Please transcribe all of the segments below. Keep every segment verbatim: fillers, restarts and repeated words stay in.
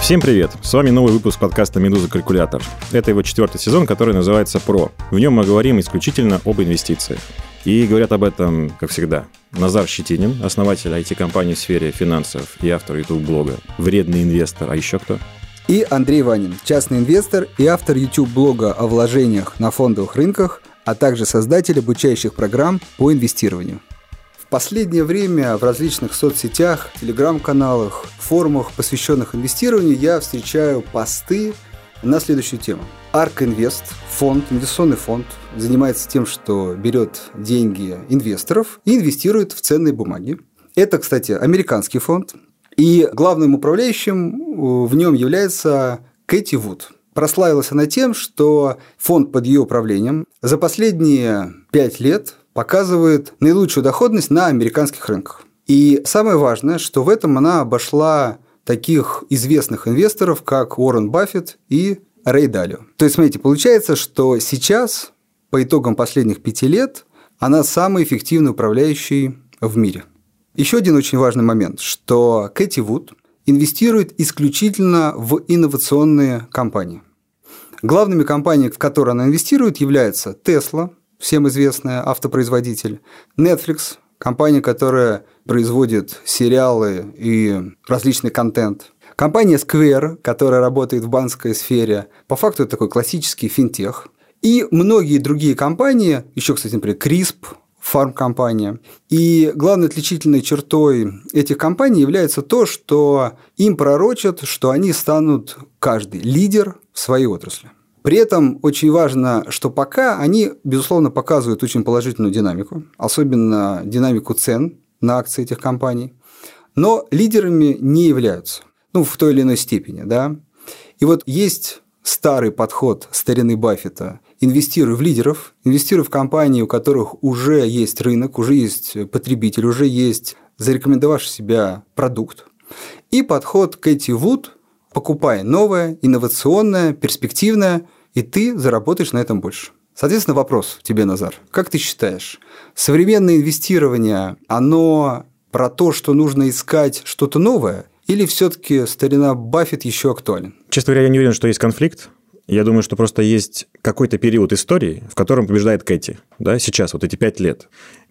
Всем привет! С вами новый выпуск подкаста «Медуза Калькулятор». Это его четвертый сезон, который называется «Про». В нем мы говорим исключительно об инвестициях. И говорят об этом, как всегда, Назар Щетинин, основатель ай ти-компании в сфере финансов и автор YouTube-блога «Вредный инвестор». А еще кто? И Андрей Ванин, частный инвестор и автор YouTube-блога о вложениях на фондовых рынках, а также создатель обучающих программ по инвестированию. В последнее время в различных соцсетях, телеграм-каналах, форумах, посвященных инвестированию, я встречаю посты на следующую тему. Арк Инвест, фонд, инвестиционный фонд, занимается тем, что берет деньги инвесторов и инвестирует в ценные бумаги. Это, кстати, американский фонд. И главным управляющим в нем является Кэти Вуд. Прославилась она тем, что фонд под ее управлением за последние пять лет показывает наилучшую доходность на американских рынках. И самое важное, что в этом она обошла таких известных инвесторов, как Уоррен Баффет и Рэй Далио. То есть, смотрите, получается, что сейчас, по итогам последних пяти лет, она самый эффективный управляющий в мире. Еще один очень важный момент, что Кэти Вуд инвестирует исключительно в инновационные компании. Главными компаниями, в которые она инвестирует, являются Tesla, всем известная автопроизводитель, Netflix, компания, которая производит сериалы и различный контент, компания Square, которая работает в банковской сфере, по факту это такой классический финтех, и многие другие компании, еще, кстати, например, крисп, фармкомпания. И главной отличительной чертой этих компаний является то, что им пророчат, что они станут каждый лидер в своей отрасли. При этом очень важно, что пока они, безусловно, показывают очень положительную динамику, особенно динамику цен на акции этих компаний, но лидерами не являются, ну, в той или иной степени, да. И вот есть старый подход старины Баффета: инвестируй в лидеров, инвестируй в компании, у которых уже есть рынок, уже есть потребитель, уже есть зарекомендовавший себя продукт. И подход Кэти Вуд: покупай новое, инновационное, перспективное, и ты заработаешь на этом больше. Соответственно, вопрос тебе, Назар. Как ты считаешь, современное инвестирование, оно про то, что нужно искать что-то новое, или все-таки старина Баффет еще актуален? Честно говоря, я не уверен, что есть конфликт. Я думаю, что просто есть какой-то период истории, в котором побеждает Кэти. Да, сейчас, вот эти пять лет.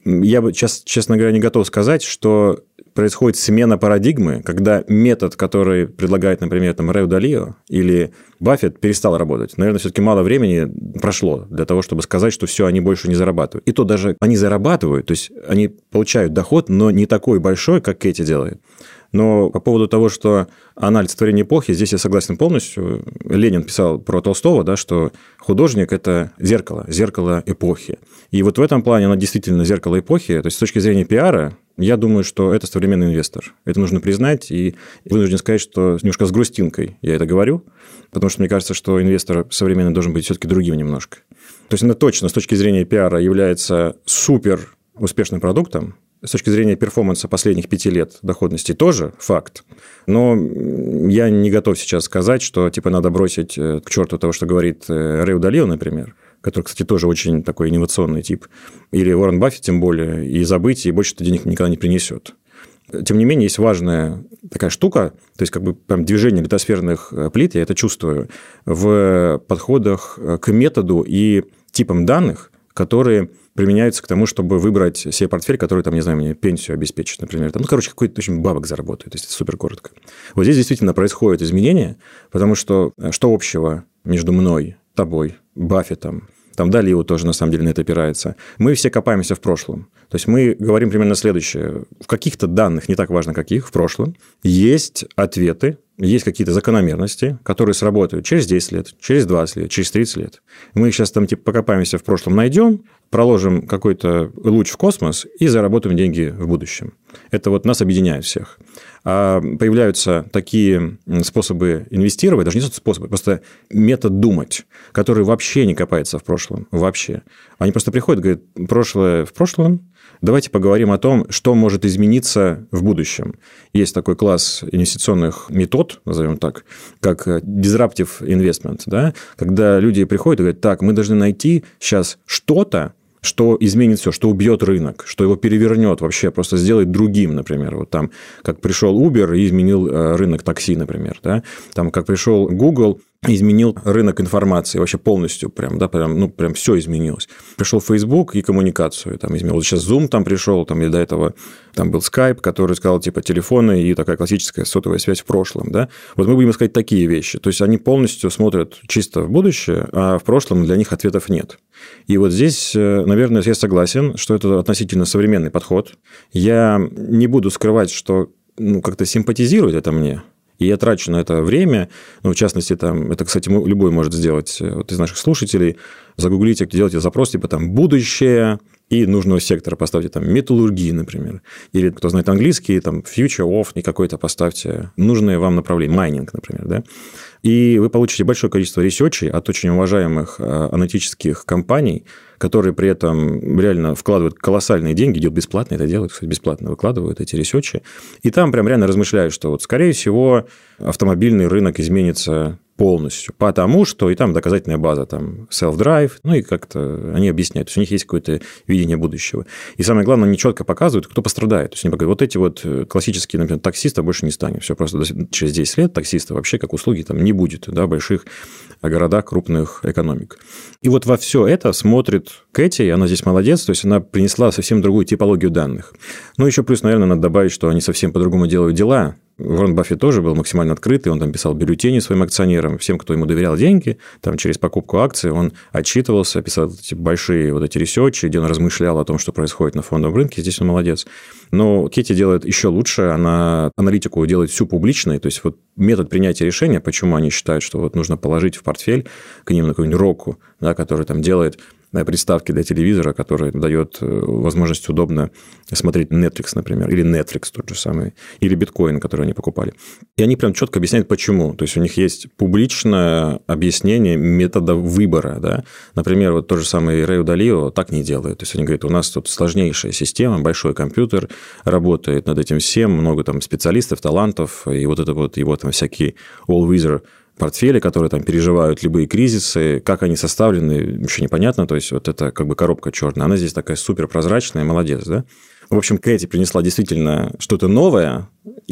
Я бы, сейчас, честно говоря, не готов сказать, что происходит смена парадигмы, когда метод, который предлагает, например, там, Рэй Далио или Баффет, перестал работать. Наверное, все-таки мало времени прошло для того, чтобы сказать, что все, они больше не зарабатывают. И то даже они зарабатывают, то есть они получают доход, но не такой большой, как Кэти делает. Но по поводу того, что она олицетворение эпохи, здесь я согласен полностью. Ленин писал про Толстого, да, что художник – это зеркало, зеркало эпохи. И вот в этом плане она действительно зеркало эпохи. То есть, с точки зрения пиара, я думаю, что это современный инвестор. Это нужно признать. И вынужден сказать, что немножко с грустинкой я это говорю, потому что мне кажется, что инвестор современный должен быть все-таки другим немножко. То есть, она точно с точки зрения пиара является супер успешным продуктом. С точки зрения перформанса последних пяти лет доходности тоже факт. Но я не готов сейчас сказать, что типа надо бросить к черту того, что говорит Рэй Далио, например, который, кстати, тоже очень такой инновационный тип, или Уоррен Баффет, тем более, и забыть, и больше-то денег никогда не принесет. Тем не менее, есть важная такая штука, то есть как бы прям движение литосферных плит, я это чувствую, в подходах к методу и типам данных, которые применяются к тому, чтобы выбрать себе портфель, который, там, не знаю, мне пенсию обеспечит, например. Там, ну, короче, какой-то очень бабок заработает, то есть это супер коротко. Вот здесь действительно происходит изменение, потому что что общего между мной, тобой, Баффетом, там Далио тоже, на самом деле, на это опирается. Мы все копаемся в прошлом. То есть мы говорим примерно следующее. В каких-то данных, не так важно каких, в прошлом, есть ответы, есть какие-то закономерности, которые сработают через десять лет, через двадцать лет, через тридцать лет. Мы их сейчас там типа покопаемся в прошлом, найдем, проложим какой-то луч в космос и заработаем деньги в будущем. Это вот нас объединяет всех. А появляются такие способы инвестировать, даже не способы, просто метод думать, который вообще не копается в прошлом, вообще. Они просто приходят и говорят: прошлое в прошлом, давайте поговорим о том, что может измениться в будущем. Есть такой класс инвестиционных метод, назовем так, как disruptive investment, да? Когда люди приходят и говорят: так, мы должны найти сейчас что-то, что изменит все, что убьет рынок, что его перевернет вообще, просто сделает другим, например. Вот там, как пришел Uber и изменил рынок такси, например. Да? Там, как пришел Google, изменил рынок информации вообще полностью, прям, да, прям, ну, прям все изменилось. Пришел Facebook и коммуникацию там изменил. Вот сейчас Zoom там пришел, там, и до этого там был Skype, который сказал, типа, телефоны и такая классическая сотовая связь в прошлом, да. Вот мы будем искать такие вещи. То есть, они полностью смотрят чисто в будущее, а в прошлом для них ответов нет. И вот здесь, наверное, я согласен, что это относительно современный подход. Я не буду скрывать, что, ну, как-то симпатизирует это мне. И я трачу на это время, ну, в частности, там, это, кстати, любой может сделать вот из наших слушателей, загуглите, делайте запрос, типа там «будущее», и нужного сектора поставьте там металлургии, например. Или, кто знает английский, там future of, и какой-то поставьте нужное вам направление, майнинг, например, да. И вы получите большое количество ресерчей от очень уважаемых аналитических компаний, которые при этом реально вкладывают колоссальные деньги, делают бесплатно это делают, кстати, бесплатно выкладывают эти ресерчи. И там прям реально размышляют, что вот, скорее всего, автомобильный рынок изменится полностью, потому что и там доказательная база, там, self-drive, ну, и как-то они объясняют, то есть у них есть какое-то видение будущего. И самое главное, они четко показывают, кто пострадает. То есть они показывают, вот эти вот классические, например, таксисты больше не станет. Все просто через десять лет таксиста вообще как услуги там не будет, да, в больших городах крупных экономик. И вот во все это смотрит Кэти, и она здесь молодец, то есть она принесла совсем другую типологию данных. Ну, еще плюс, наверное, надо добавить, что они совсем по-другому делают дела. Уоррен Баффет тоже был максимально открытый, он там писал бюллетени своим акционерам, всем, кто ему доверял деньги, там через покупку акций, он отчитывался, писал эти большие вот эти ресерчи, где он размышлял о том, что происходит на фондовом рынке, здесь он молодец. Но Кэти делает еще лучше, она аналитику делает всю публичной, то есть вот метод принятия решения, почему они считают, что вот нужно положить в портфель к ним на какую-нибудь Roku, да, который там делает приставки для телевизора, который дает возможность удобно смотреть Netflix, например, или Netflix тот же самый, или биткоин, который они покупали. И они прям четко объясняют, почему. То есть, у них есть публичное объяснение метода выбора. Да? Например, вот тот же самый Рэй Далио так не делает. То есть, они говорят, у нас тут сложнейшая система, большой компьютер работает над этим всем, много там специалистов, талантов, и вот это вот его там всякие all-weather портфели, которые там переживают любые кризисы, как они составлены, еще непонятно, то есть вот это как бы коробка черная, она здесь такая суперпрозрачная, молодец, да? В общем, Кэти принесла действительно что-то новое,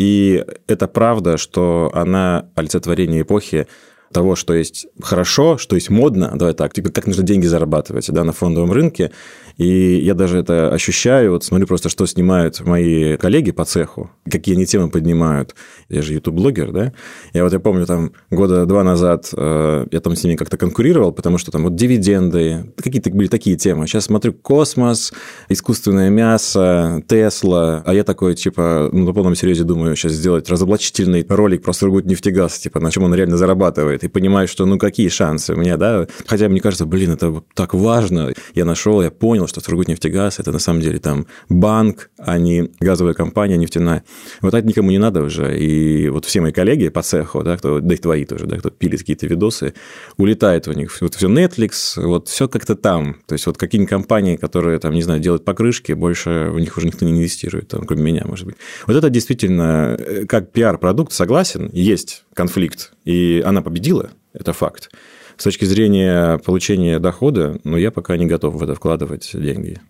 и это правда, что она олицетворение эпохи того, что есть хорошо, что есть модно, давай так, типа, как нужно деньги зарабатывать, да, на фондовом рынке. И я даже это ощущаю, вот смотрю просто, что снимают мои коллеги по цеху, какие они темы поднимают. Я же ютуб-блогер, да? Я вот я помню, там, года два назад э, я там с ними как-то конкурировал, потому что там вот дивиденды, какие-то были такие темы. Сейчас смотрю космос, искусственное мясо, Тесла, а я такой, типа, ну, на полном серьезе думаю, сейчас сделать разоблачительный ролик про Сургутнефтегаз, типа, на чем он реально зарабатывает, и понимаю, что, ну, какие шансы у меня, да? Хотя мне кажется, блин, это так важно. Я нашел, я понял, что Сургутнефтегаз – это на самом деле там банк, а не газовая компания нефтяная. Вот это никому не надо уже. И вот все мои коллеги по цеху, да, кто, да и твои тоже, да, кто пилит какие-то видосы, улетает у них. Вот все Netflix, вот все как-то там. То есть вот какие-нибудь компании, которые, там, не знаю, делают покрышки, больше в них уже никто не инвестирует, там, кроме меня, может быть. Вот это действительно, как пиар-продукт, согласен, есть конфликт, и она победила, это факт. С точки зрения получения дохода, ну, я пока не готов в это вкладывать деньги.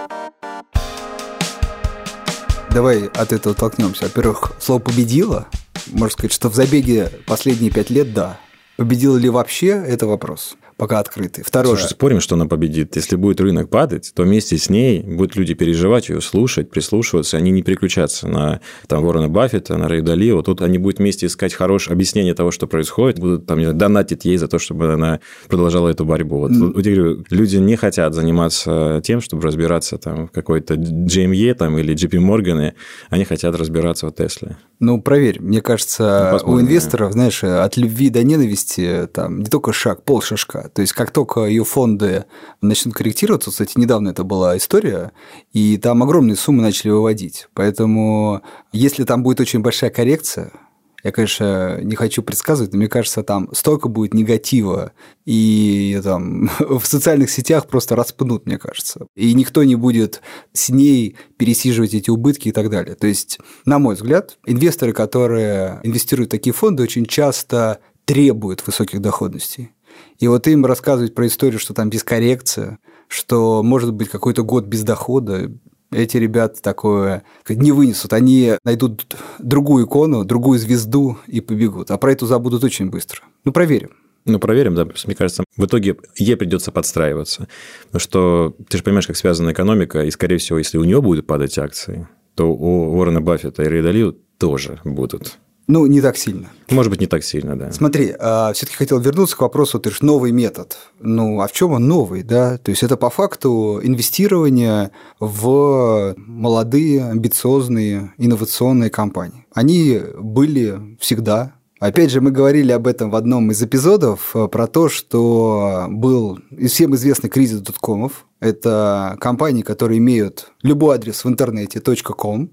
Давай от этого толкнемся. Во-первых, слово «победила», можно сказать, что в забеге последние пять лет, да. Победила ли вообще, это вопрос. Пока открытый. Второе. Слушай, спорим, что она победит. Если будет рынок падать, то вместе с ней будут люди переживать ее, слушать, прислушиваться. Они не переключатся на там, Уоррена Баффета, на Рэя Далио. Тут они будут вместе искать хорошее объяснение того, что происходит. Будут там, не знаю, донатить ей за то, чтобы она продолжала эту борьбу. Вот, mm. вот я говорю, люди не хотят заниматься тем, чтобы разбираться там, в какой-то джей эм и там, или джей пи Morgan. Они хотят разбираться в Тесле. Ну, проверь. Мне кажется, ну, у инвесторов, знаешь, от любви до ненависти там не только шаг, полшажка. То есть, как только ее фонды начнут корректироваться, кстати, недавно это была история, и там огромные суммы начали выводить. Поэтому, если там будет очень большая коррекция, я, конечно, не хочу предсказывать, но мне кажется, там столько будет негатива, и там в социальных сетях просто распнут, мне кажется. И никто не будет с ней пересиживать эти убытки и так далее. То есть, на мой взгляд, инвесторы, которые инвестируют в такие фонды, очень часто требуют высоких доходностей. И вот им рассказывать про историю, что там бескоррекция, что может быть какой-то год без дохода, эти ребята такое не вынесут. Они найдут другую икону, другую звезду и побегут. А про эту забудут очень быстро. Ну, проверим. Ну, проверим, да. Мне кажется, в итоге ей придется подстраиваться. Потому что ты же понимаешь, как связана экономика, и, скорее всего, если у нее будут падать акции, то у Уоррена Баффета и Рэя Далио тоже будут. Ну, не так сильно. Может быть, не так сильно, да. Смотри, все-таки хотел вернуться к вопросу, ты же новый метод. Ну, а в чем он новый, да? То есть это по факту инвестирование в молодые, амбициозные, инновационные компании. Они были всегда. Опять же, мы говорили об этом в одном из эпизодов, про то, что был всем известный кризис доткомов. Это компании, которые имеют любой адрес в интернете .com.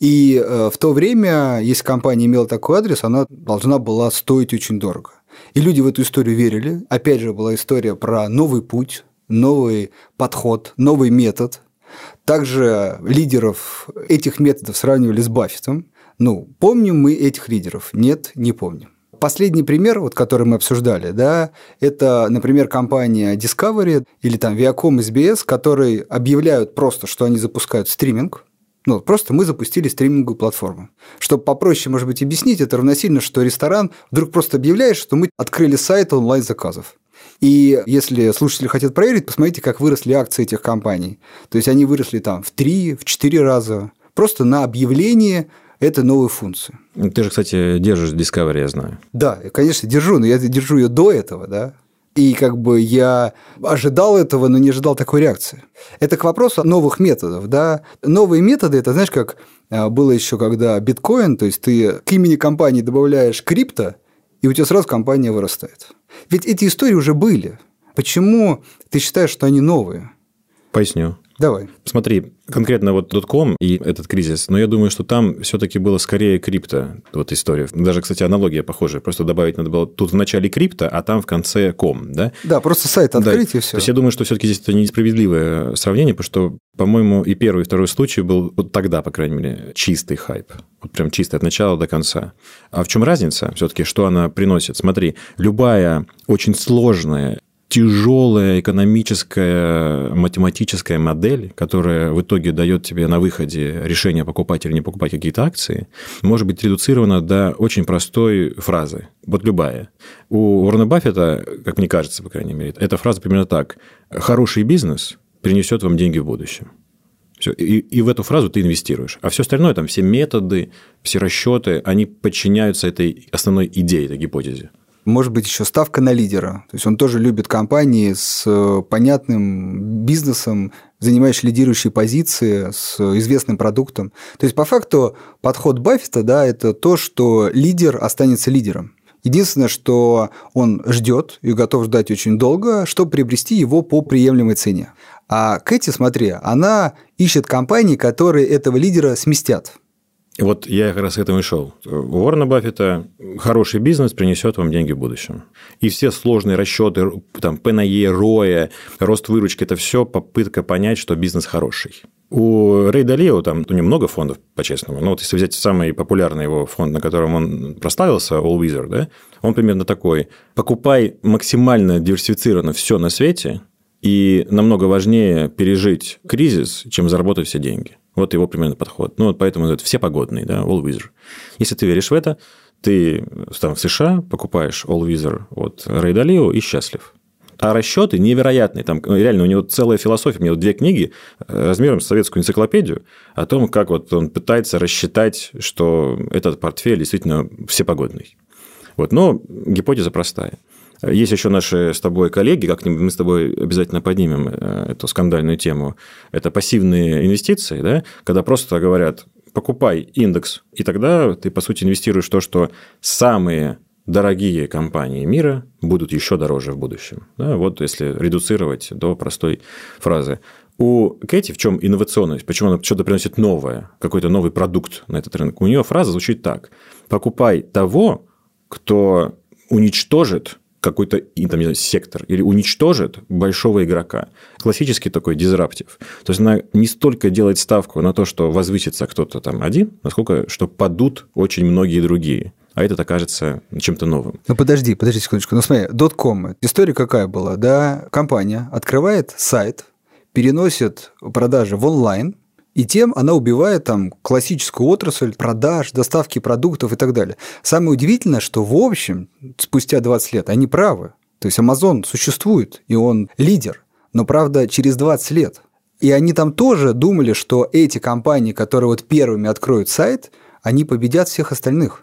И в то время, если компания имела такой адрес, она должна была стоить очень дорого. И люди в эту историю верили. Опять же, была история про новый путь, новый подход, новый метод. Также лидеров этих методов сравнивали с Баффетом. Ну, помним мы этих лидеров? Нет, не помним. Последний пример, вот, который мы обсуждали, да, это, например, компания Discovery или там Viacom эс би эс, которые объявляют просто, что они запускают стриминг. Ну, просто мы запустили стриминговую платформу. Чтобы попроще, может быть, объяснить, это равносильно, что ресторан вдруг просто объявляет, что мы открыли сайт онлайн-заказов. И если слушатели хотят проверить, посмотрите, как выросли акции этих компаний. То есть они выросли там в три, в четыре раза. Просто на объявлении это новые функции. Ты же, кстати, держишь Discovery, я знаю. Да, я, конечно, держу, но я держу ее до этого, да. И как бы я ожидал этого, но не ожидал такой реакции. Это к вопросу новых методов, да. Новые методы, это, знаешь, как было еще, когда биткоин, то есть ты к имени компании добавляешь крипто, и у тебя сразу компания вырастает. Ведь эти истории уже были. Почему ты считаешь, что они новые? Поясню. Давай. Смотри, конкретно вот .com и этот кризис, но я думаю, что там все-таки было скорее крипто, вот история. Даже, кстати, аналогия похожая. Просто добавить надо было тут в начале крипто, а там в конце ком, да? Да, просто сайт открыть да. и все. То есть я думаю, что все-таки здесь это несправедливое сравнение, потому что, по-моему, и первый, и второй случай был вот тогда, по крайней мере, чистый хайп. Вот прям чистый от начала до конца. А в чем разница все-таки, что она приносит? Смотри, любая очень сложная, тяжелая экономическая математическая модель, которая в итоге дает тебе на выходе решение покупать или не покупать какие-то акции, может быть редуцирована до очень простой фразы. Вот любая. У Уоррена Баффета, как мне кажется, по крайней мере, эта фраза примерно так. Хороший бизнес принесет вам деньги в будущем. Все. И, и в эту фразу ты инвестируешь. А все остальное, там все методы, все расчеты, они подчиняются этой основной идее, этой гипотезе. Может быть, еще ставка на лидера. То есть он тоже любит компании с понятным бизнесом, занимающие лидирующие позиции, с известным продуктом. То есть, по факту, подход Баффета, да, это то, что лидер останется лидером. Единственное, что он ждет и готов ждать очень долго, чтобы приобрести его по приемлемой цене. А Кэти, смотри, она ищет компании, которые этого лидера сместят. Вот я как раз к этому и шел. У Уоррена Баффета хороший бизнес принесет вам деньги в будущем. И все сложные расчеты, там, пэ на е, роя, рост выручки – это все попытка понять, что бизнес хороший. У Рэя Далио, там, у него много фондов, по-честному. Но вот если взять самый популярный его фонд, на котором он прославился, All Weather, да, он примерно такой. Покупай максимально диверсифицированно все на свете, и намного важнее пережить кризис, чем заработать все деньги. Вот его примерно подход. Ну, вот поэтому это все погодные, да, All Weather. Если ты веришь в это, ты там в США покупаешь All Weather от Рэя Далио и счастлив. А расчеты невероятные. Там реально у него целая философия. У меня вот две книги размером с советскую энциклопедию о том, как вот он пытается рассчитать, что этот портфель действительно всепогодный. Вот. Но гипотеза простая. Есть еще наши с тобой коллеги, как-нибудь мы с тобой обязательно поднимем эту скандальную тему. Это пассивные инвестиции, да? Когда просто говорят, покупай индекс, и тогда ты, по сути, инвестируешь в то, что самые дорогие компании мира будут еще дороже в будущем. Да? Вот если редуцировать до простой фразы. У Кэти в чем инновационность? Почему она что-то приносит новое, какой-то новый продукт на этот рынок? У нее фраза звучит так. Покупай того, кто уничтожит какой-то там, не знаю, сектор или уничтожит большого игрока. Классический такой дизраптив. То есть она не столько делает ставку на то, что возвысится кто-то там один, насколько что падут очень многие другие. а этот окажется чем-то новым. Ну, подожди, подожди секундочку. Ну, смотри, доткомы. История какая была, да? Компания открывает сайт, переносит продажи в онлайн, и тем она убивает там классическую отрасль продаж, доставки продуктов и так далее. Самое удивительное, что в общем, спустя двадцать лет, они правы. То есть Amazon существует, и он лидер, но, правда, через двадцать лет. И они там тоже думали, что эти компании, которые вот первыми откроют сайт, они победят всех остальных.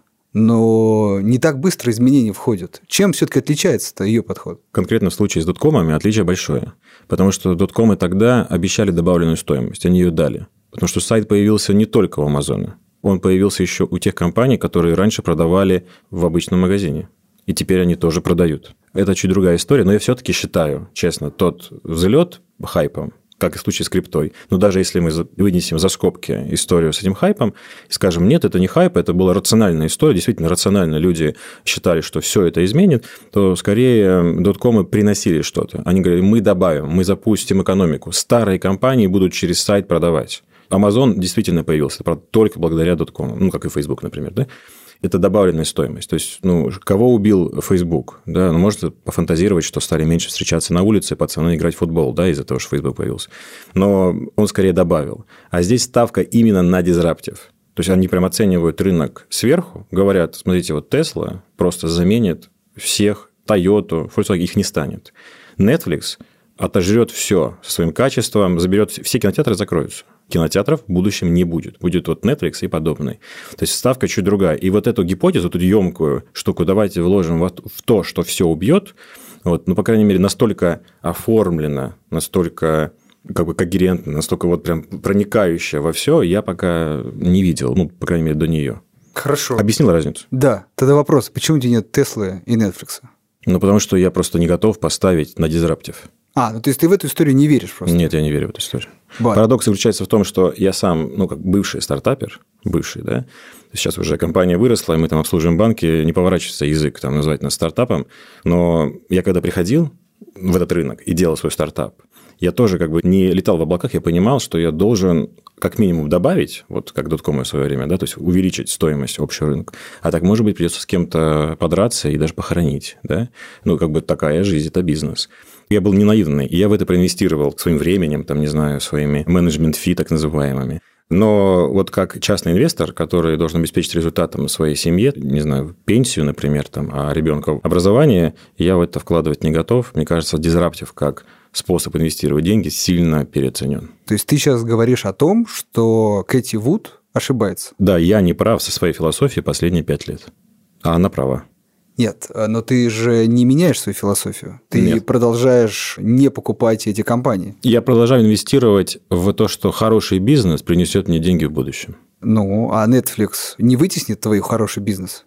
Но не так быстро изменения входят. Чем все-таки отличается-то ее подход? Конкретно в случае с доткомами отличие большое. Потому что доткомы тогда обещали добавленную стоимость, они ее дали. Потому что сайт появился не только у Амазона. Он появился еще у тех компаний, которые раньше продавали в обычном магазине. И теперь они тоже продают. Это чуть другая история, но я все-таки считаю, честно, тот взлет хайпом, как и в случае с криптой. Но даже если мы вынесем за скобки историю с этим хайпом и скажем, нет, это не хайп, это была рациональная история, действительно рационально люди считали, что все это изменит, то скорее доткомы приносили что-то. Они говорили, мы добавим, мы запустим экономику, старые компании будут через сайт продавать. Amazon действительно появился, правда, только благодаря доткомам, ну, как и Facebook, например, да? Это добавленная стоимость. То есть, ну, кого убил Facebook? Да? Ну, можно пофантазировать, что стали меньше встречаться на улице, пацаны играть в футбол, да, из-за того, что Facebook появился. Но он скорее добавил. А здесь ставка именно на дизраптив. То есть, они прям оценивают рынок сверху, говорят, смотрите, вот Tesla просто заменит всех, Toyota, Volkswagen, их не станет. Netflix отожрет все со своим качеством, заберет, все кинотеатры закроются. Кинотеатров в будущем не будет. Будет вот Netflix и подобный. То есть, ставка чуть другая. И вот эту гипотезу, эту емкую штуку давайте вложим в то, что все убьет, вот, ну, по крайней мере, настолько оформлено, настолько как бы когерентно, настолько вот прям проникающее во все, я пока не видел, ну, по крайней мере, до нее. Хорошо. Объяснил разницу? Да. Тогда вопрос, почему у тебя нет Теслы и Netflix? Ну, потому что я просто не готов поставить на дизраптив. А, ну то есть ты в эту историю не веришь просто? Нет, я не верю в эту историю. Бай. Парадокс заключается в том, что я сам, ну, как бывший стартапер, бывший, да, сейчас уже компания выросла, мы там обслуживаем банки, не поворачивается язык там назвать нас стартапом, но я когда приходил в этот рынок и делал свой стартап, я тоже как бы не летал в облаках, я понимал, что я должен как минимум добавить, вот как доткомы в свое время, да, то есть увеличить стоимость общего рынка, а так, может быть, придется с кем-то подраться и даже похоронить, да, ну, как бы такая жизнь, это бизнес. Я был не наивный, и я в это проинвестировал своим временем, там, не знаю, своими менеджмент-фи, так называемыми. Но вот как частный инвестор, который должен обеспечить результатом своей семье, не знаю, пенсию, например, там, а ребенка образование, я в это вкладывать не готов. Мне кажется, дизраптив как способ инвестировать деньги сильно переоценен. То есть ты сейчас говоришь о том, что Кэти Вуд ошибается? Да, я не прав со своей философией последние пять лет, а она права. Нет, но ты же не меняешь свою философию. Ты Нет. продолжаешь не покупать эти компании. Я продолжаю инвестировать в то, что хороший бизнес принесет мне деньги в будущем. Ну, а Netflix не вытеснит твой хороший бизнес?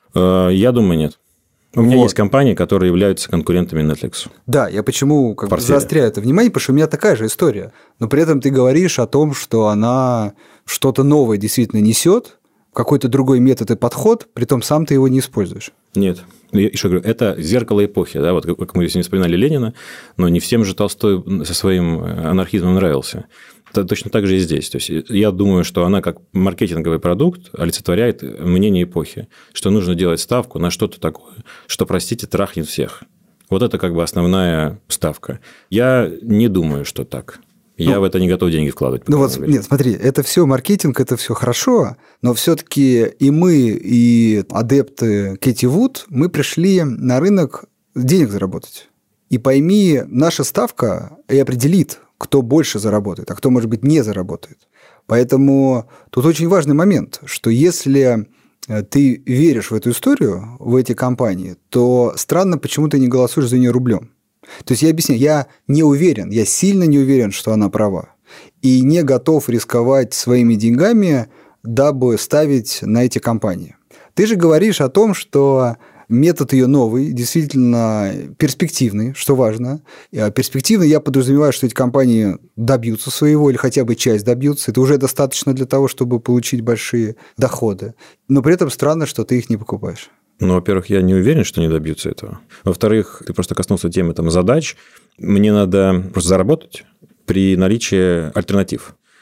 Я думаю, нет. У меня Вот. есть компании, которые являются конкурентами Netflix. Да, я почему как бы Портфеля. заостряю это внимание, потому что у меня такая же история. Но при этом ты говоришь о том, что она что-то новое действительно несет, какой-то другой метод и подход, при том сам ты его не используешь. Нет. Я еще говорю, это зеркало эпохи. Да? Вот как мы сегодня вспоминали Ленина, но не всем же Толстой со своим анархизмом нравился. Это точно так же и здесь. То есть, я думаю, что она как маркетинговый продукт олицетворяет мнение эпохи, что нужно делать ставку на что-то такое, что, простите, трахнет всех. Вот это как бы основная ставка. Я не думаю, что так. Я ну, в это не готов деньги вкладывать. Ну вот, нет, смотри, это все маркетинг, это все хорошо, но все-таки и мы, и адепты Кэти Вуд, мы пришли на рынок денег заработать. И пойми, наша ставка и определит, кто больше заработает, а кто, может быть, не заработает. Поэтому тут очень важный момент, что если ты веришь в эту историю, в эти компании, то странно, почему ты не голосуешь за нее рублем. То есть я объясняю, я не уверен, я сильно не уверен, что она права, и не готов рисковать своими деньгами, дабы ставить на эти компании. Ты же говоришь о том, что метод ее новый, действительно перспективный, что важно. Перспективный я подразумеваю, что эти компании добьются своего или хотя бы часть добьются. Это уже достаточно для того, чтобы получить большие доходы. Но при этом странно, что ты их не покупаешь. Ну, во-первых, я не уверен, что не добьются этого. Во-вторых, ты просто коснулся темы там, задач. Мне надо просто заработать при наличии альтернатив.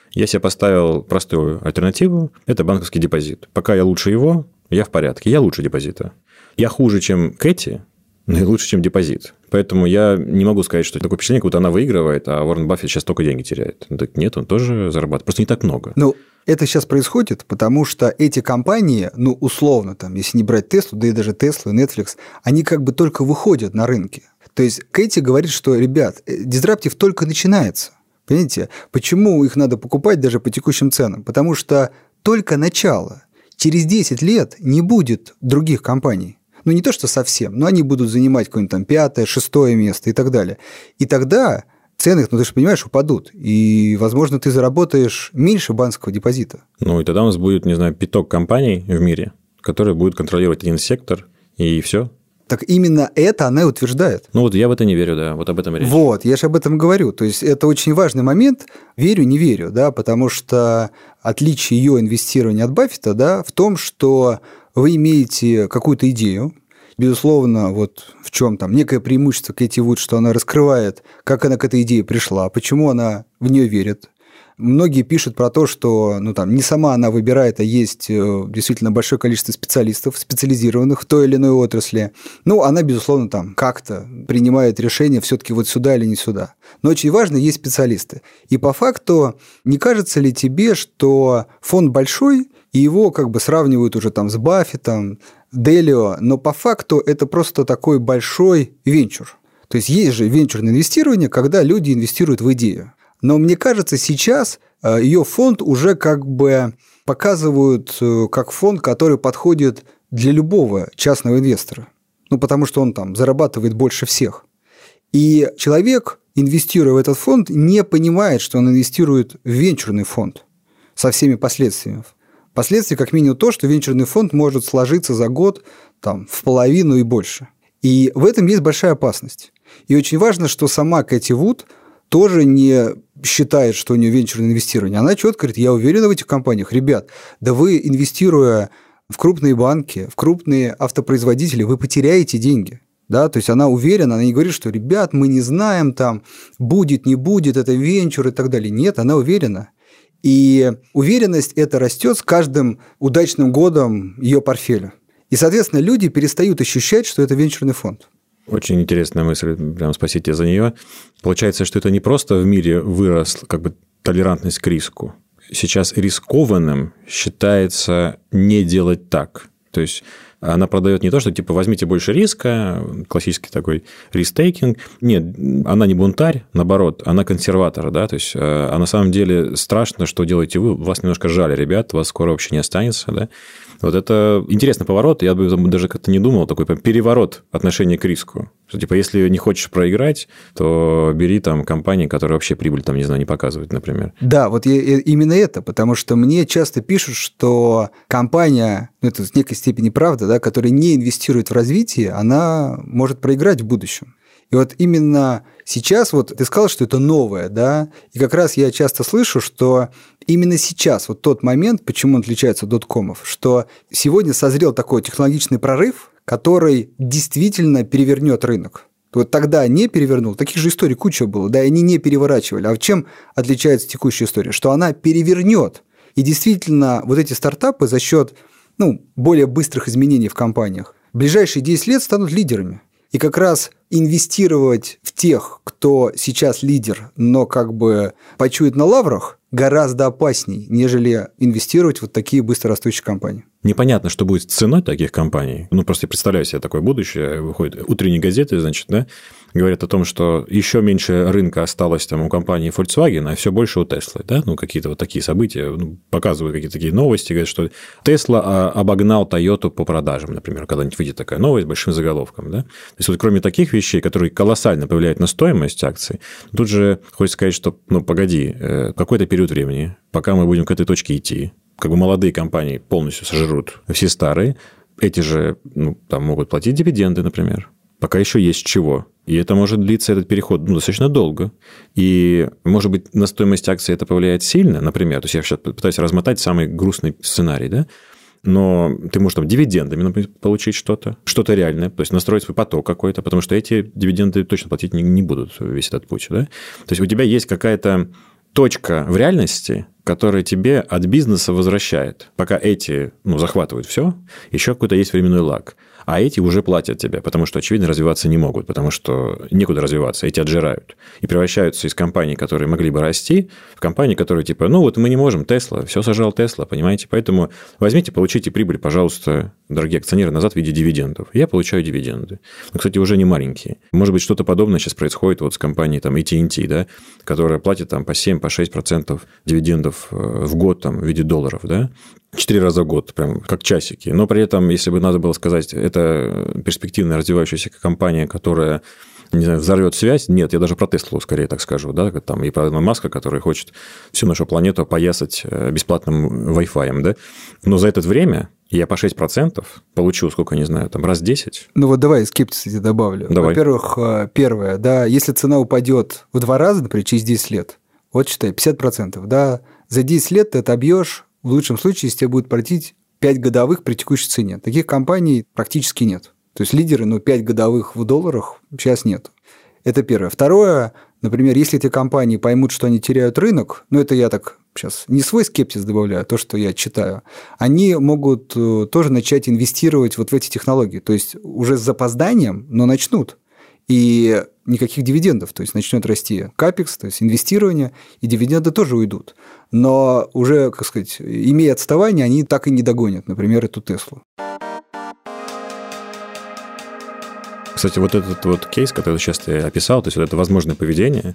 Я себе поставил простую альтернативу – это банковский депозит. Пока я лучше его, я в порядке, я лучше депозита. Я хуже, чем Кэти, но и лучше, чем депозит. Поэтому я не могу сказать, что такое впечатление, как будто она выигрывает, а Уоррен Баффет сейчас только деньги теряет. Так нет, он тоже зарабатывает, просто не так много. Ну, это сейчас происходит, потому что эти компании, ну, условно, там, если не брать Теслу, да и даже Теслу и Netflix, они как бы только выходят на рынки. То есть Кэти говорит, что, ребят, дизраптив только начинается. Понимаете, почему их надо покупать даже по текущим ценам? Потому что только начало. Через десять лет не будет других компаний. Ну, не то, что совсем, но они будут занимать какое-нибудь там пятое, шестое место и так далее. И тогда цены, ну, ты же понимаешь, упадут. И, возможно, ты заработаешь меньше банковского депозита. Ну, и тогда у нас будет, не знаю, пяток компаний в мире, которые будут контролировать один сектор, и все. Так именно это она и утверждает. Ну, вот я в это не верю, да, вот об этом и речь. Вот, я же об этом говорю. То есть, это очень важный момент. Верю, не верю, да, потому что отличие ее инвестирования от Баффета, да, в том, что вы имеете какую-то идею. Безусловно, вот в чем там некое преимущество Кэти Вуд, что она раскрывает, как она к этой идее пришла, почему она в нее верит. Многие пишут про то, что ну, там, не сама она выбирает, а есть действительно большое количество специалистов, специализированных в той или иной отрасли. Ну, она, безусловно, там как-то принимает решение все-таки вот сюда или не сюда. Но очень важно, есть специалисты. И по факту, не кажется ли тебе, что фонд большой, и его как бы сравнивают уже там с Баффетом, Делио, но по факту это просто такой большой венчур. То есть есть же венчурное инвестирование, когда люди инвестируют в идею. Но мне кажется, сейчас ее фонд уже как бы показывают как фонд, который подходит для любого частного инвестора. Ну, потому что он там зарабатывает больше всех. И человек, инвестируя в этот фонд, не понимает, что он инвестирует в венчурный фонд со всеми последствиями. Последствия как минимум то, что венчурный фонд может сложиться за год там, в половину и больше. И в этом есть большая опасность. И очень важно, что сама Кэти Вуд тоже не считает, что у нее венчурное инвестирование. Она четко говорит, я уверена в этих компаниях. Ребят, да вы, инвестируя в крупные банки, в крупные автопроизводители, вы потеряете деньги. Да? То есть она уверена, она не говорит, что, ребят, мы не знаем, там, будет, не будет, это венчур и так далее. Нет, она уверена. И уверенность эта растет с каждым удачным годом ее портфеля. И, соответственно, люди перестают ощущать, что это венчурный фонд. Очень интересная мысль, прям спасибо за нее. Получается, что это не просто в мире выросла как бы толерантность к риску. Сейчас рискованным считается не делать так. То есть она продает не то, что типа возьмите больше риска, классический такой риск-тейкинг. Нет, она не бунтарь, наоборот, она консерватор, да, то есть, а на самом деле страшно, что делаете вы, вас немножко жаль, ребят, вас скоро вообще не останется, да. Вот это интересный поворот, я бы даже как-то не думал, такой переворот отношения к риску. Что, типа, если не хочешь проиграть, то бери там компании, которые вообще прибыль, там, не знаю, не показывают, например. Да, вот я, именно это, потому что мне часто пишут, что компания, ну, это в некой степени правда, да, которая не инвестирует в развитие, она может проиграть в будущем. И вот именно сейчас, вот ты сказал, что это новое, да, и как раз я часто слышу, что именно сейчас, вот тот момент, почему он отличается от доткомов, что сегодня созрел такой технологичный прорыв, который действительно перевернет рынок. Вот тогда не перевернул, таких же историй куча было, да, и они не переворачивали. А чем отличается текущая история? Что она перевернет. И действительно, вот эти стартапы за счет ну, более быстрых изменений в компаниях в ближайшие десять лет станут лидерами. И как раз инвестировать в тех, кто сейчас лидер, но как бы почует на лаврах, гораздо опасней, нежели инвестировать в вот такие быстрорастущие компании. Непонятно, что будет с ценой таких компаний. Ну, просто я представляю себе такое будущее. Выходят утренние газеты, значит, да, говорят о том, что еще меньше рынка осталось там у компании Volkswagen, а все больше у Tesla, да, ну, какие-то вот такие события, ну, показывают какие-то такие новости, говорят, что Tesla обогнал Toyota по продажам, например, когда-нибудь выйдет такая новость с большим заголовком, да. То есть, вот кроме таких вещей, которые колоссально повлияют на стоимость акций, тут же хочется сказать, что, ну, погоди, какой-то период времени, пока мы будем к этой точке идти, как бы молодые компании полностью сожрут все старые, эти же ну, там могут платить дивиденды, например, пока еще есть чего. И это может длиться, этот переход, ну, достаточно долго. И, может быть, на стоимость акций это повлияет сильно, например. То есть, я сейчас пытаюсь размотать самый грустный сценарий, да? Но ты можешь там дивидендами например, получить что-то, что-то реальное, то есть настроить свой поток какой-то, потому что эти дивиденды точно платить не, не будут весь этот путь, да? То есть, у тебя есть какая-то точка в реальности, который тебе от бизнеса возвращает. Пока эти ну, захватывают все, еще какой-то есть временной лаг. А эти уже платят тебе, потому что, очевидно, развиваться не могут, потому что некуда развиваться, эти отжирают. И превращаются из компаний, которые могли бы расти, в компании, которые типа, ну вот мы не можем, Тесла, все сожрал Тесла, понимаете? Поэтому возьмите, получите прибыль, пожалуйста, дорогие акционеры, назад в виде дивидендов. Я получаю дивиденды. Но, кстати, уже не маленькие. Может быть, что-то подобное сейчас происходит вот с компанией там, эй ти энд ти, да, которая платит там, по семь-шесть процентов дивидендов в год там, в виде долларов, да? Четыре раза в год, прям как часики. Но при этом, если бы надо было сказать, это перспективная развивающаяся компания, которая, не знаю, взорвет связь. Нет, я даже про Теслу скорее так скажу, да, там и про Илона Маска, который хочет всю нашу планету опоясать бесплатным Wi-Fi, да. Но за это время я по шесть процентов получу, сколько, не знаю, там раз десять. Ну вот давай скептиз я добавлю. Давай. Во-первых, первое, да, если цена упадет в два раза, например, через десять лет, вот считай, пятьдесят процентов, да, за десять лет ты отобьешь. В лучшем случае, если тебе будет платить пять годовых при текущей цене. Таких компаний практически нет. То есть лидеры, но пять годовых в долларах сейчас нет. Это первое. Второе, например, если эти компании поймут, что они теряют рынок, ну это я так сейчас не свой скептиз добавляю, а то, что я читаю, они могут тоже начать инвестировать вот в эти технологии. То есть уже с запозданием, но начнут. И никаких дивидендов, то есть начнет расти капекс, то есть инвестирование, и дивиденды тоже уйдут. Но уже, как сказать, имея отставание, они так и не догонят, например, эту Теслу. Кстати, вот этот вот кейс, который сейчас ты описал, то есть вот это возможное поведение,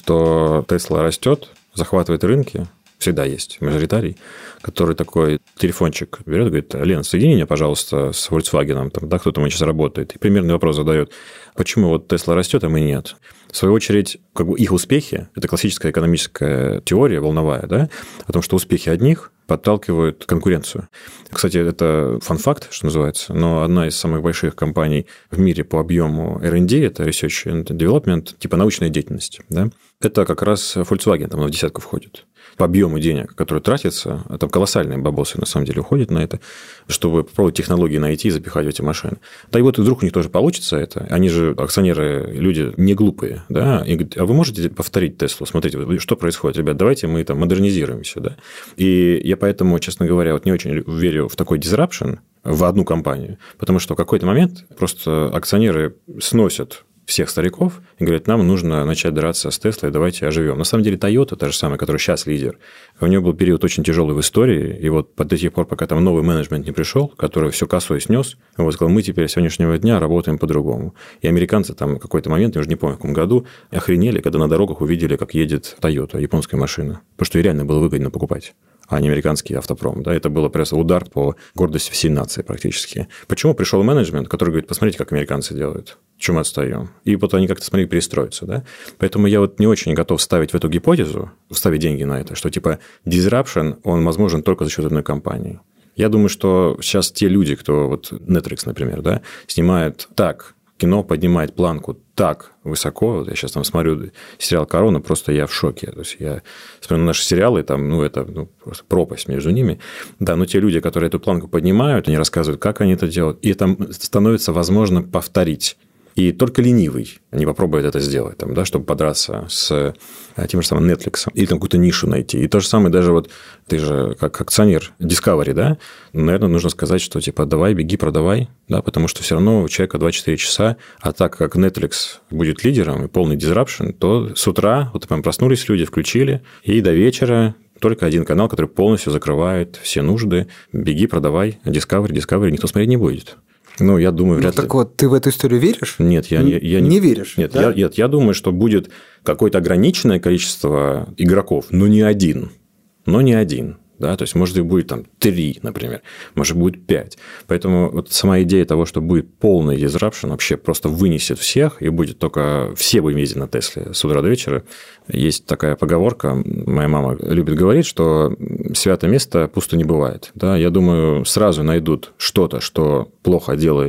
что Тесла растет, захватывает рынки, всегда есть мажоритарий, который такой телефончик берет и говорит: Лен, соедини меня, пожалуйста, с Volkswagen, там, да, кто-то у меня сейчас работает. И примерный вопрос задает: почему вот Тесла растет, а мы нет? В свою очередь, как бы их успехи, это классическая экономическая теория волновая, да, о том, что успехи одних подталкивают конкуренцию. Кстати, это фан-факт, что называется, но одна из самых больших компаний в мире по объему эр энд ди, это Research and Development, типа научная деятельность, да, это как раз Volkswagen, там в десятку входит. По объему денег, которые тратятся, там колоссальные бабосы на самом деле уходят на это, чтобы попробовать технологии найти и запихать в эти машины. Да и вот вдруг у них тоже получится это. Они же акционеры, люди не глупые, да, и говорят: а вы можете повторить Теслу? Смотрите, что происходит, ребят, давайте мы там модернизируемся, да. И я поэтому, честно говоря, вот не очень верю в такой disruption в одну компанию, потому что в какой-то момент просто акционеры сносят всех стариков и говорят: нам нужно начать драться с Теслой, давайте оживем. На самом деле, Toyota, та же самая, которая сейчас лидер, у нее был период очень тяжелый в истории, и вот до тех пор, пока там новый менеджмент не пришел, который все косой снес, вот сказал: мы теперь с сегодняшнего дня работаем по-другому. И американцы там в какой-то момент, я уже не помню, в каком году, охренели, когда на дорогах увидели, как едет Toyota, японская машина, потому что ей реально было выгодно покупать, а не американский автопром. Да, это было просто удар по гордости всей нации практически. Почему пришел менеджмент, который говорит: посмотрите, как американцы делают, чем мы отстаем. И вот они как-то, смотри, перестроятся. Да? Поэтому я вот не очень готов ставить в эту гипотезу, ставить деньги на это, что типа disruption, он возможен только за счет одной компании. Я думаю, что сейчас те люди, кто вот Netflix, например, да, снимает так, кино поднимает планку так высоко. Вот я сейчас там смотрю сериал «Корона», просто я в шоке. То есть я смотрю на наши сериалы, там, ну, это ну, просто пропасть между ними. Да, но те люди, которые эту планку поднимают, они рассказывают, как они это делают, и там становится возможно повторить. И только ленивый не попробует это сделать, там, да, чтобы подраться с тем же самым Netflix или там какую-то нишу найти. И то же самое даже вот ты же как акционер Discovery, да, наверное, нужно сказать, что типа давай, беги, продавай, да, потому что все равно у человека двадцать четыре часа, а так как Netflix будет лидером и полный disruption, то с утра вот прям проснулись люди, включили, и до вечера только один канал, который полностью закрывает все нужды. Беги, продавай, Discovery, Discovery никто смотреть не будет. Ну, я думаю, вряд ну, ли. Так вот, ты в эту историю веришь? Нет, я, я, я не, не... не веришь? Нет, да? я, нет, я думаю, что будет какое-то ограниченное количество игроков, но не один. Но не один. Да? То есть, может, их будет там три, например, может, будет пять. Поэтому вот сама идея того, что будет полный disruption, вообще просто вынесет всех, и будет только все будем ездить на Тесле с утра до вечера. Есть такая поговорка, моя мама любит говорить, что святое место пусто не бывает. Да? Я думаю, сразу найдут что-то, что плохо делает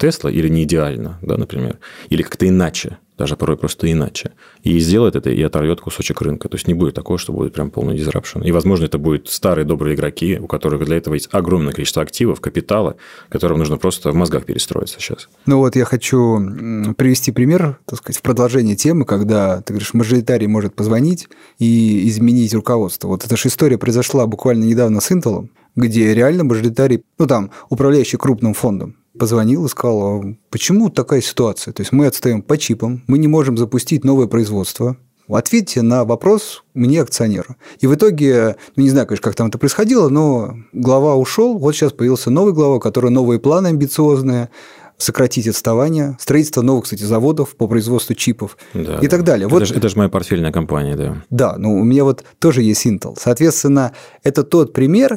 Tesla, или не идеально, да, например, или как-то иначе, даже порой просто иначе, и сделает это, и оторвет кусочек рынка. То есть не будет такого, что будет прям полный дизрапшн. И, возможно, это будут старые добрые игроки, у которых для этого есть огромное количество активов, капитала, которым нужно просто в мозгах перестроиться сейчас. Ну вот я хочу привести пример, так сказать, в продолжение темы, когда, ты говоришь, мажоритарий может позвонить и изменить руководство. Вот эта же история произошла буквально недавно с Intel, где реально мажоритарий, ну там, управляющий крупным фондом, позвонил и сказал, почему такая ситуация? То есть мы отстаем по чипам, мы не можем запустить новое производство. Ответьте на вопрос мне, акционеру. И в итоге, ну, не знаю, конечно, как там это происходило, но глава ушел, вот сейчас появился новый глава, у которого новые планы амбициозные, сократить отставание, строительство новых, кстати, заводов по производству чипов да, и так далее. Это, вот, же, это же моя портфельная компания, да. Да, ну у меня вот тоже есть Intel. Соответственно, это тот пример,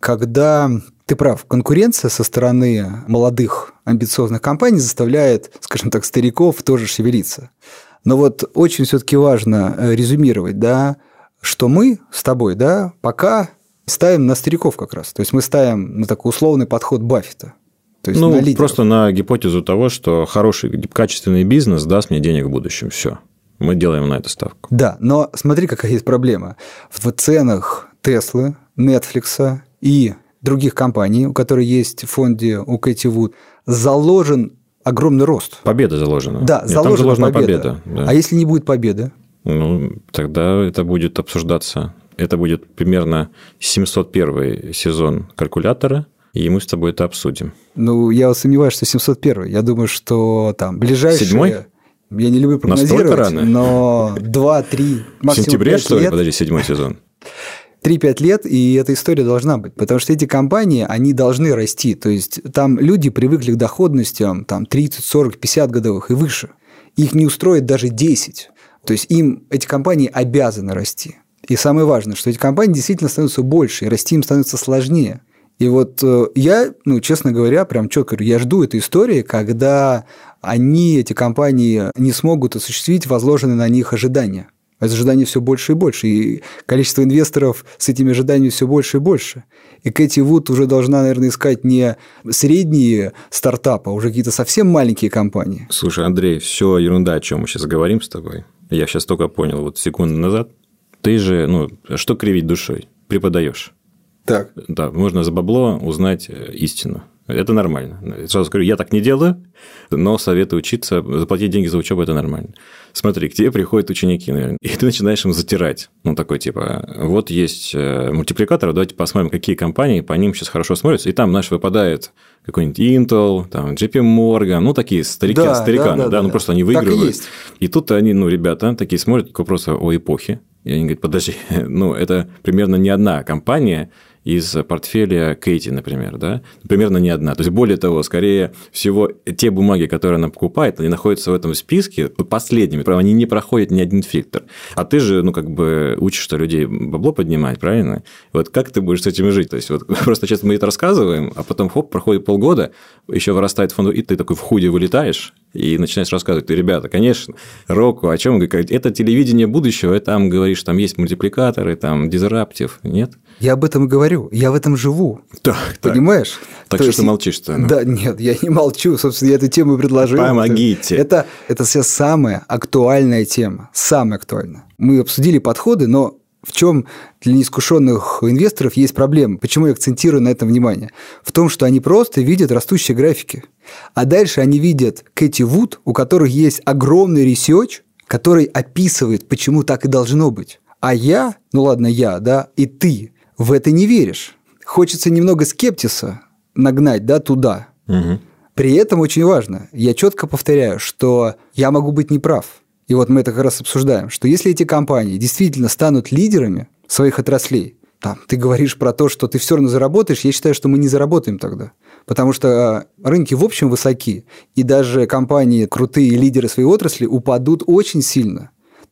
когда ты прав, конкуренция со стороны молодых амбициозных компаний заставляет, скажем так, стариков тоже шевелиться. Но вот очень все-таки важно резюмировать, да, что мы с тобой, да, пока ставим на стариков как раз. То есть мы ставим на такой условный подход Баффета. То есть ну, на просто на гипотезу того, что хороший, качественный бизнес даст мне денег в будущем. Все. Мы делаем на это ставку. Да, но смотри, какая есть проблема. В ценах Теслы, Netflix и других компаний, у которых есть в фонде у Кэти Вуд, заложен огромный рост. Победа заложена. Да, Нет, заложена, заложена победа. победа да. А если не будет победы? Ну, тогда это будет обсуждаться. Это будет примерно семьсот первый сезон «Калькулятора», и мы с тобой это обсудим. Ну, я вот сомневаюсь, что семьсот первый. Я думаю, что там ближайшие... Седьмой? Я не люблю прогнозировать, но два-три, максимум в сентябре, что ли, лет... подожди, седьмой сезон? три-пять лет, и эта история должна быть. Потому что эти компании, они должны расти. То есть, там люди привыкли к доходностям там, тридцать, сорок, пятьдесят годовых и выше. Их не устроит даже десять. То есть, им эти компании обязаны расти. И самое важное, что эти компании действительно становятся больше, и расти им становится сложнее. И вот я, ну, честно говоря, прям четко говорю, я жду этой истории, когда они, эти компании, не смогут осуществить возложенные на них ожидания. Ожидания все больше и больше, и количество инвесторов с этими ожиданиями все больше и больше. И Кэти Вуд уже должна, наверное, искать не средние стартапы, а уже какие-то совсем маленькие компании. Слушай, Андрей, все ерунда, о чем мы сейчас говорим с тобой. Я сейчас только понял, вот секунду назад. Ты же, ну, что кривить душой? Преподаешь. Так. Да, можно за бабло узнать истину. Это нормально. Сразу скажу, я так не делаю, но советую учиться, заплатить деньги за учебу – это нормально. Смотри, к тебе приходят ученики, наверное, и ты начинаешь им затирать. Ну, такой типа, вот есть мультипликаторы, давайте посмотрим, какие компании по ним сейчас хорошо смотрятся. И там, знаешь, выпадает какой-нибудь Intel, там, джей пи Morgan, ну, такие старики, да, стариканы, да, да, да, ну, да. Просто они выигрывают. Так и есть. И тут они, ну, ребята такие смотрят к вопросу о эпохе. И они говорят, подожди, ну, это примерно не одна компания из портфеля Кэти, например, да, примерно не одна. То есть, более того, скорее всего, те бумаги, которые она покупает, они находятся в этом списке последними, они не проходят ни один фильтр. А ты же, ну, как бы учишь-то людей бабло поднимать, правильно? Вот как ты будешь с этим жить? То есть, вот просто сейчас мы это рассказываем, а потом, хоп, проходит полгода, еще вырастает фонд, и ты такой в худе вылетаешь, и начинаешь рассказывать, ты, ребята, конечно, Roku, о чем? Это телевидение будущего, там, говоришь, там есть мультипликаторы, там, дизраптив, нет? Я об этом и говорю, я в этом живу, так, понимаешь? Так, так что есть... ты молчишь-то? Ну? Да, нет, я не молчу, собственно, я эту тему предложил. Помогите. Это, это сейчас самая актуальная тема, самая актуальная. Мы обсудили подходы, но в чем для неискушенных инвесторов есть проблема? Почему я акцентирую на этом внимание? В том, что они просто видят растущие графики. А дальше они видят Кэти Вуд, у которых есть огромный ресерч, который описывает, почему так и должно быть. А я, ну ладно, я, да, и ты в это не веришь. Хочется немного скептиса нагнать, да, туда. Угу. При этом очень важно, я четко повторяю, что я могу быть неправ. И вот мы это как раз обсуждаем, что если эти компании действительно станут лидерами своих отраслей, там, ты говоришь про то, что ты все равно заработаешь, я считаю, что мы не заработаем тогда. Потому что рынки в общем высоки, и даже компании, крутые лидеры своей отрасли, упадут очень сильно.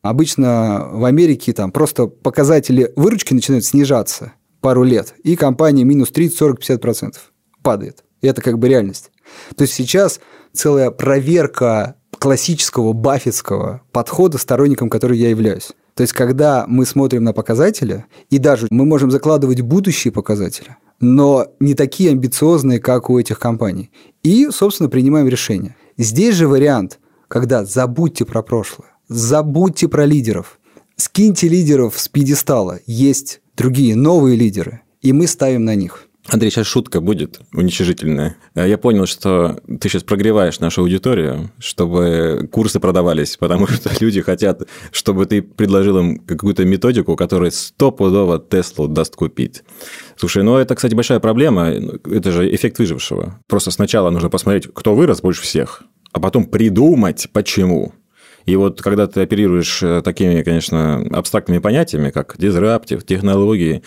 Обычно в Америке там просто показатели выручки начинают снижаться пару лет, и компания минус тридцать, сорок, пятьдесят процентов падает. И это как бы реальность. То есть сейчас целая проверка классического баффетского подхода, сторонником которого я являюсь. То есть когда мы смотрим на показатели, и даже мы можем закладывать будущие показатели, но не такие амбициозные, как у этих компаний. И, собственно, принимаем решение. Здесь же вариант, когда забудьте про прошлое, забудьте про лидеров, скиньте лидеров с пьедестала, есть другие новые лидеры, и мы ставим на них. Андрей, сейчас шутка будет уничижительная. Я понял, что ты сейчас прогреваешь нашу аудиторию, чтобы курсы продавались, потому что люди хотят, чтобы ты предложил им какую-то методику, которая стопудово Теслу даст купить. Слушай, ну это, кстати, большая проблема. Это же эффект выжившего. Просто сначала нужно посмотреть, кто вырос больше всех, а потом придумать, почему. И вот когда ты оперируешь такими, конечно, абстрактными понятиями, как дизраптив, технологии,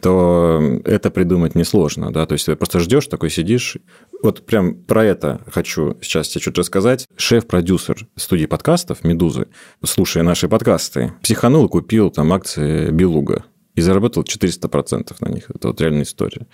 то это придумать несложно, да, то есть ты просто ждешь, такой сидишь. Вот прям про это хочу сейчас тебе чуть рассказать. Шеф-продюсер студии подкастов «Медузы», слушая наши подкасты, психанул и купил там акции Белуга. И заработал четыреста процентов на них. Это вот реальная история.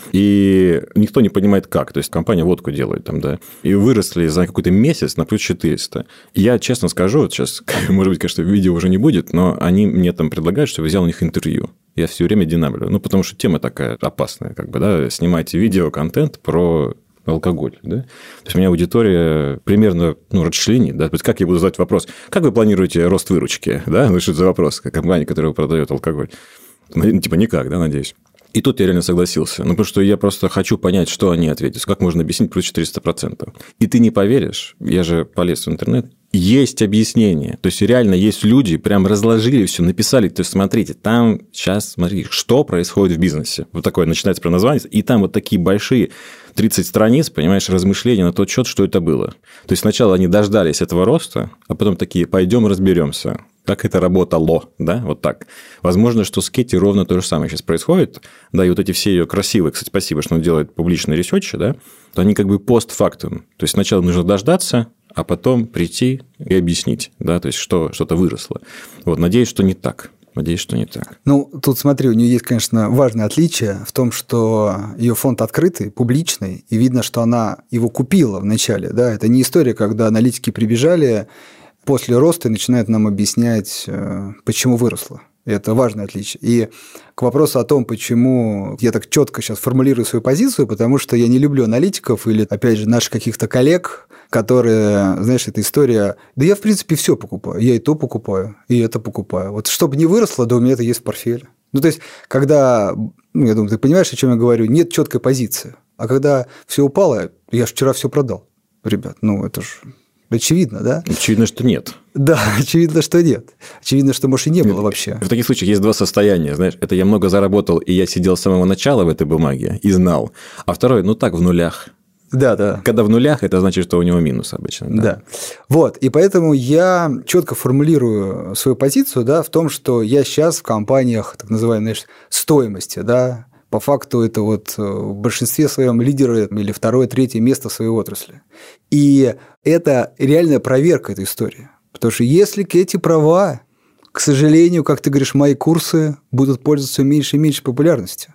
И никто не понимает, как. То есть, компания водку делает там, да. И выросли за какой-то месяц на плюс четыреста. Я честно скажу, вот сейчас, может быть, конечно, видео уже не будет, но они мне там предлагают, чтобы я взял у них интервью. Я все время динамлю. Ну, потому что тема такая опасная, как бы, да. Снимайте видеоконтент про алкоголь, да? То есть, у меня аудитория примерно, ну, расчленит, да? То есть, как я буду задать вопрос, как вы планируете рост выручки, да? Ну, что это за вопрос, как компания, которая продает алкоголь? Ну, типа, никак, да, надеюсь. И тут я реально согласился. Ну, потому что я просто хочу понять, что они ответят. Как можно объяснить плюс четыреста процентов? И ты не поверишь, я же полез в интернет, есть объяснение. То есть, реально есть люди, прям разложили все, написали. То есть, смотрите, там сейчас, смотри, что происходит в бизнесе. Вот такое начинается про название. И там вот такие большие тридцать страниц, понимаешь, размышления на тот счет, что это было. То есть, сначала они дождались этого роста, а потом такие, пойдем разберемся. Как это работало, да, вот так. Возможно, что с Кэти ровно то же самое сейчас происходит, да, и вот эти все ее красивые, кстати, спасибо, что он делает публичные ресерчи, да, то они как бы постфактум. То есть, сначала нужно дождаться, а потом прийти и объяснить, да, то есть, что что-то выросло. Вот, надеюсь, что не так. Надеюсь, что не так. Ну, тут смотри, у нее есть, конечно, важное отличие в том, что ее фонд открытый, публичный, и видно, что она его купила вначале, да, это не история, когда аналитики прибежали после роста и начинают нам объяснять, почему выросло. Это важное отличие. И к вопросу о том, почему я так четко сейчас формулирую свою позицию, потому что я не люблю аналитиков или, опять же, наших каких-то коллег, которые, знаешь, эта история, да я, в принципе, все покупаю. Я и то покупаю, и это покупаю. Вот чтобы не выросло, да у меня это есть в портфеле. Ну, то есть, когда, ну, я думаю, ты понимаешь, о чем я говорю, нет четкой позиции. А когда все упало, я же вчера все продал. Ребят, ну, это же... Очевидно, да? Очевидно, что нет. Да, очевидно, что нет. Очевидно, что, может, и не было вообще. В таких случаях есть два состояния. Знаешь, это я много заработал, и я сидел с самого начала в этой бумаге и знал. А второе, ну так, в нулях. Да, да. Когда в нулях, это значит, что у него минус обычно. Да. да. Вот, и поэтому я четко формулирую свою позицию, да, в том, что я сейчас в компаниях, так называемой, знаешь, стоимости, да, по факту это вот в большинстве своем лидеры или второе, третье место в своей отрасли. И это реальная проверка этой истории. Потому что если Кэти права, к сожалению, как ты говоришь, мои курсы будут пользоваться меньше и меньше популярностью.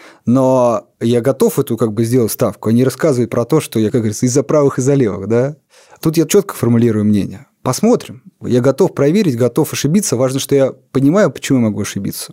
Но я готов эту как бы сделать ставку, а не рассказывать про то, что я, как говорится, из-за правых, из-за левых. Да? Тут я четко формулирую мнение. Посмотрим. Я готов проверить, готов ошибиться. Важно, что я понимаю, почему я могу ошибиться.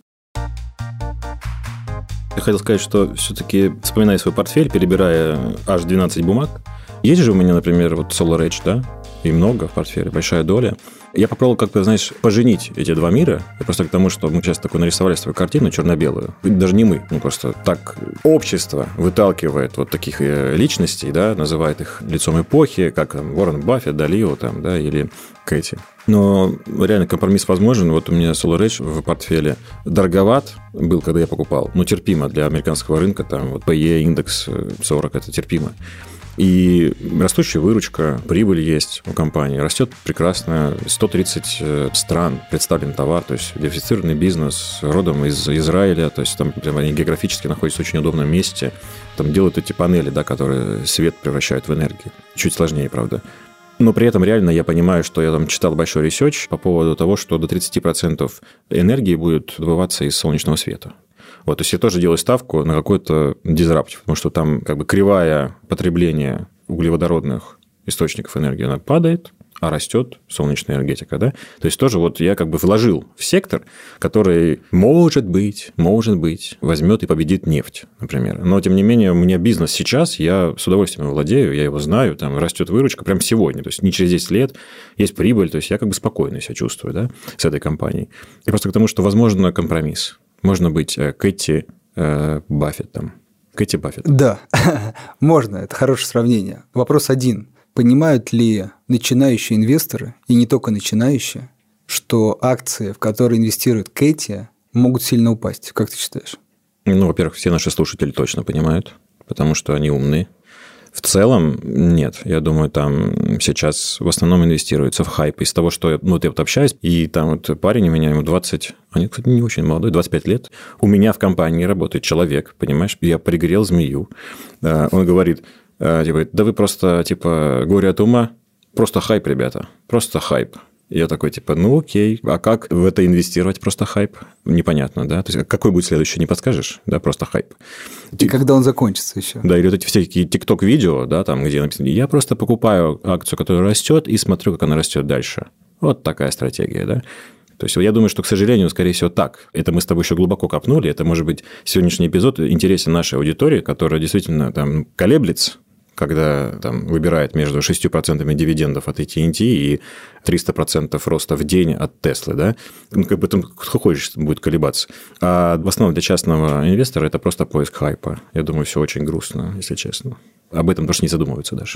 Я хотел сказать, что все-таки, вспоминая свой портфель, перебирая аж двенадцать бумаг, есть же у меня, например, вот SolarEdge, да, и много в портфеле, большая доля. Я попробовал как-то, знаешь, поженить эти два мира. Я просто к тому, что мы сейчас такую нарисовали свою картину черно-белую. Даже не мы, ну просто так общество выталкивает вот таких личностей, да, называет их лицом эпохи, как там Уоррен Баффет, Далио там, да, или Кэти. Но реально компромисс возможен. Вот у меня SolarEdge в портфеле дороговат был, когда я покупал, но терпимо для американского рынка. Там вот пи и индекс сорок – это терпимо. И растущая выручка, прибыль есть у компании, растет прекрасно. сто тридцать стран представлен товар, то есть диверсифицированный бизнес родом из Израиля, то есть там прямо они географически находятся в очень удобном месте. Там делают эти панели, да, которые свет превращают в энергию. Чуть сложнее, правда. Но при этом реально я понимаю, что я там читал большой ресерч по поводу того, что до тридцать процентов энергии будет добываться из солнечного света. Вот, то есть я тоже делаю ставку на какой-то дизраптив, потому что там как бы кривая потребления углеводородных источников энергии, она падает, а растет солнечная энергетика, да? То есть тоже вот я как бы вложил в сектор, который, может быть, может быть, возьмет и победит нефть, например. Но, тем не менее, у меня бизнес сейчас, я с удовольствием его владею, я его знаю, там растет выручка прямо сегодня, то есть не через десять лет, есть прибыль, то есть я как бы спокойно себя чувствую, да, с этой компанией. И просто к тому, что возможно компромисс. Можно быть Кэти э, Баффетом. Кэти Баффет. Да, можно, это хорошее сравнение. Вопрос один. Понимают ли начинающие инвесторы, и не только начинающие, что акции, в которые инвестирует Кэти, могут сильно упасть? Как ты считаешь? Ну, во-первых, все наши слушатели точно понимают, потому что они умны. В целом, нет. Я думаю, там сейчас в основном инвестируется в хайп. Из того, что ну, вот я вот общаюсь, и там вот парень у меня, ему двадцать, они, кстати, не очень молодой, двадцать пять лет. У меня в компании работает человек, понимаешь, я пригрел змею. Он говорит, типа, да вы просто, типа, горе от ума, просто хайп, ребята, просто хайп. Я такой, типа, ну окей, а как в это инвестировать? Просто хайп? Непонятно, да? То есть, какой будет следующий, не подскажешь? Да, просто хайп. И когда он закончится еще? Да, или вот эти всякие тикток-видео, да, там, где написано, я просто покупаю акцию, которая растет, и смотрю, как она растет дальше. Вот такая стратегия, да? То есть, я думаю, что, к сожалению, скорее всего, так. Это мы с тобой еще глубоко копнули. Это, может быть, сегодняшний эпизод интересен нашей аудитории, которая действительно там колеблется, когда там выбирает между шестью процентами дивидендов от эй ти энд ти и триста процентов роста в день от Теслы, да, ну, как бы там кто хочешь будет колебаться. А в основном для частного инвестора это просто поиск хайпа. Я думаю, все очень грустно, если честно. Об этом просто не задумываются даже.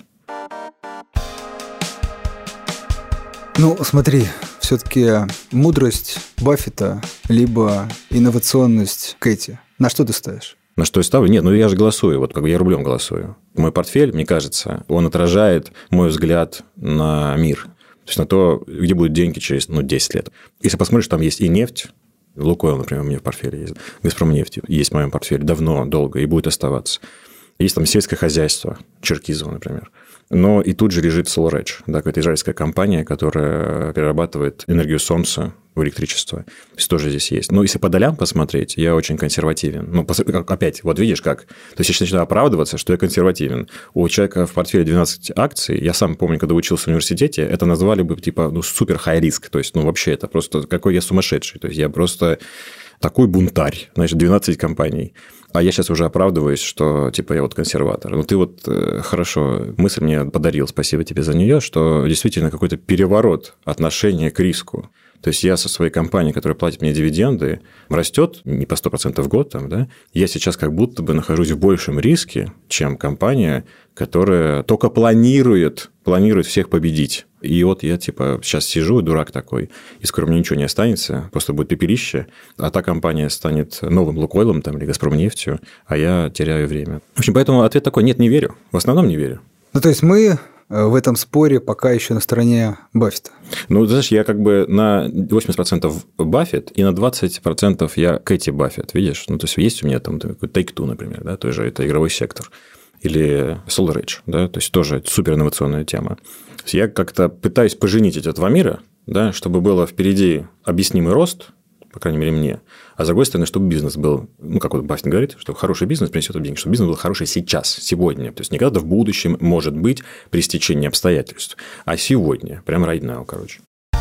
Ну, смотри, все-таки мудрость Баффета либо инновационность Кэти. На что ты ставишь? На что я ставлю? Нет, ну я же голосую, вот как бы я рублем голосую. Мой портфель, мне кажется, он отражает мой взгляд на мир. То есть на то, где будут деньги через ну, десять лет. Если посмотришь, там есть и нефть, Лукойл, например, у меня в портфеле есть, Газпромнефть есть в моем портфеле давно, долго и будет оставаться. Есть там сельское хозяйство, Черкизово, например. Но и тут же лежит SolarEdge, да, какая-то израильская компания, которая перерабатывает энергию солнца в электричество. То есть тоже здесь есть. Но если по долям посмотреть, я очень консервативен. Ну, опять, вот видишь как. То есть я сейчас начинаю оправдываться, что я консервативен. У человека в портфеле двенадцать акций. Я сам помню, когда учился в университете, это назвали бы типа ну, супер хай-риск. То есть, ну, вообще это просто какой я сумасшедший. То есть я просто такой бунтарь. Значит, двенадцать компаний. А я сейчас уже оправдываюсь, что, типа, я вот консерватор. Ну, ты вот э, хорошо мысль мне подарил, спасибо тебе за нее, что действительно какой-то переворот отношения к риску. То есть я со своей компанией, которая платит мне дивиденды, растет не по сто процентов в год, там, да, я сейчас как будто бы нахожусь в большем риске, чем компания, которая только планирует, планирует всех победить. И вот я, типа, сейчас сижу, дурак такой, и скоро мне ничего не останется, просто будет пепелище, а та компания станет новым Лукойлом там, или Газпромнефтью, а я теряю время. В общем, поэтому ответ такой: нет, не верю. В основном не верю. Ну, то есть мы в этом споре пока еще на стороне Баффета. Ну, знаешь, я как бы на восемьдесят процентов Баффет, и на двадцать процентов я Кэти Баффет, видишь? Ну, то есть есть у меня там Take-Two, например, да, тоже это игровой сектор. Или SolarEdge, да, то есть тоже супер инновационная тема. То есть я как-то пытаюсь поженить эти два мира, да, чтобы было впереди объяснимый рост, по крайней мере, мне, а с другой стороны, чтобы бизнес был, ну, как вот Баффет говорит, что хороший бизнес принесет деньги, чтобы бизнес был хороший сейчас, сегодня, то есть не когда-то в будущем, может быть, при стечении обстоятельств, а сегодня, прям right now, короче.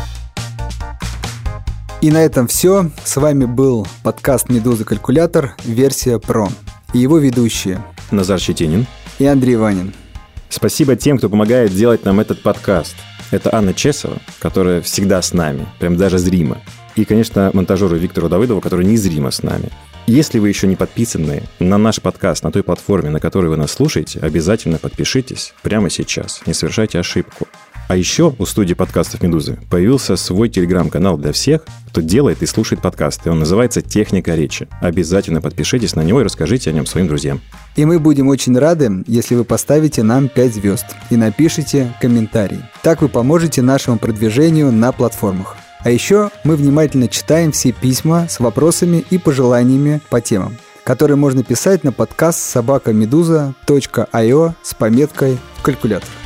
И на этом все. С вами был подкаст «Медуза Калькулятор», версия Про. И его ведущие Назар Щетинин и Андрей Ванин. Спасибо тем, кто помогает делать нам этот подкаст. Это Анна Чесова, которая всегда с нами, прям даже зримо. И, конечно, монтажеру Виктору Давыдову, который незримо с нами. Если вы еще не подписаны на наш подкаст на той платформе, на которой вы нас слушаете, обязательно подпишитесь прямо сейчас. Не совершайте ошибку. А еще у студии подкастов «Медузы» появился свой телеграм-канал для всех, кто делает и слушает подкасты. Он называется «Техника речи». Обязательно подпишитесь на него и расскажите о нем своим друзьям. И мы будем очень рады, если вы поставите нам пять звезд и напишите комментарий. Так вы поможете нашему продвижению на платформах. А еще мы внимательно читаем все письма с вопросами и пожеланиями по темам, которые можно писать на подкаст собака медуза точка ай о с пометкой «Калькулятор».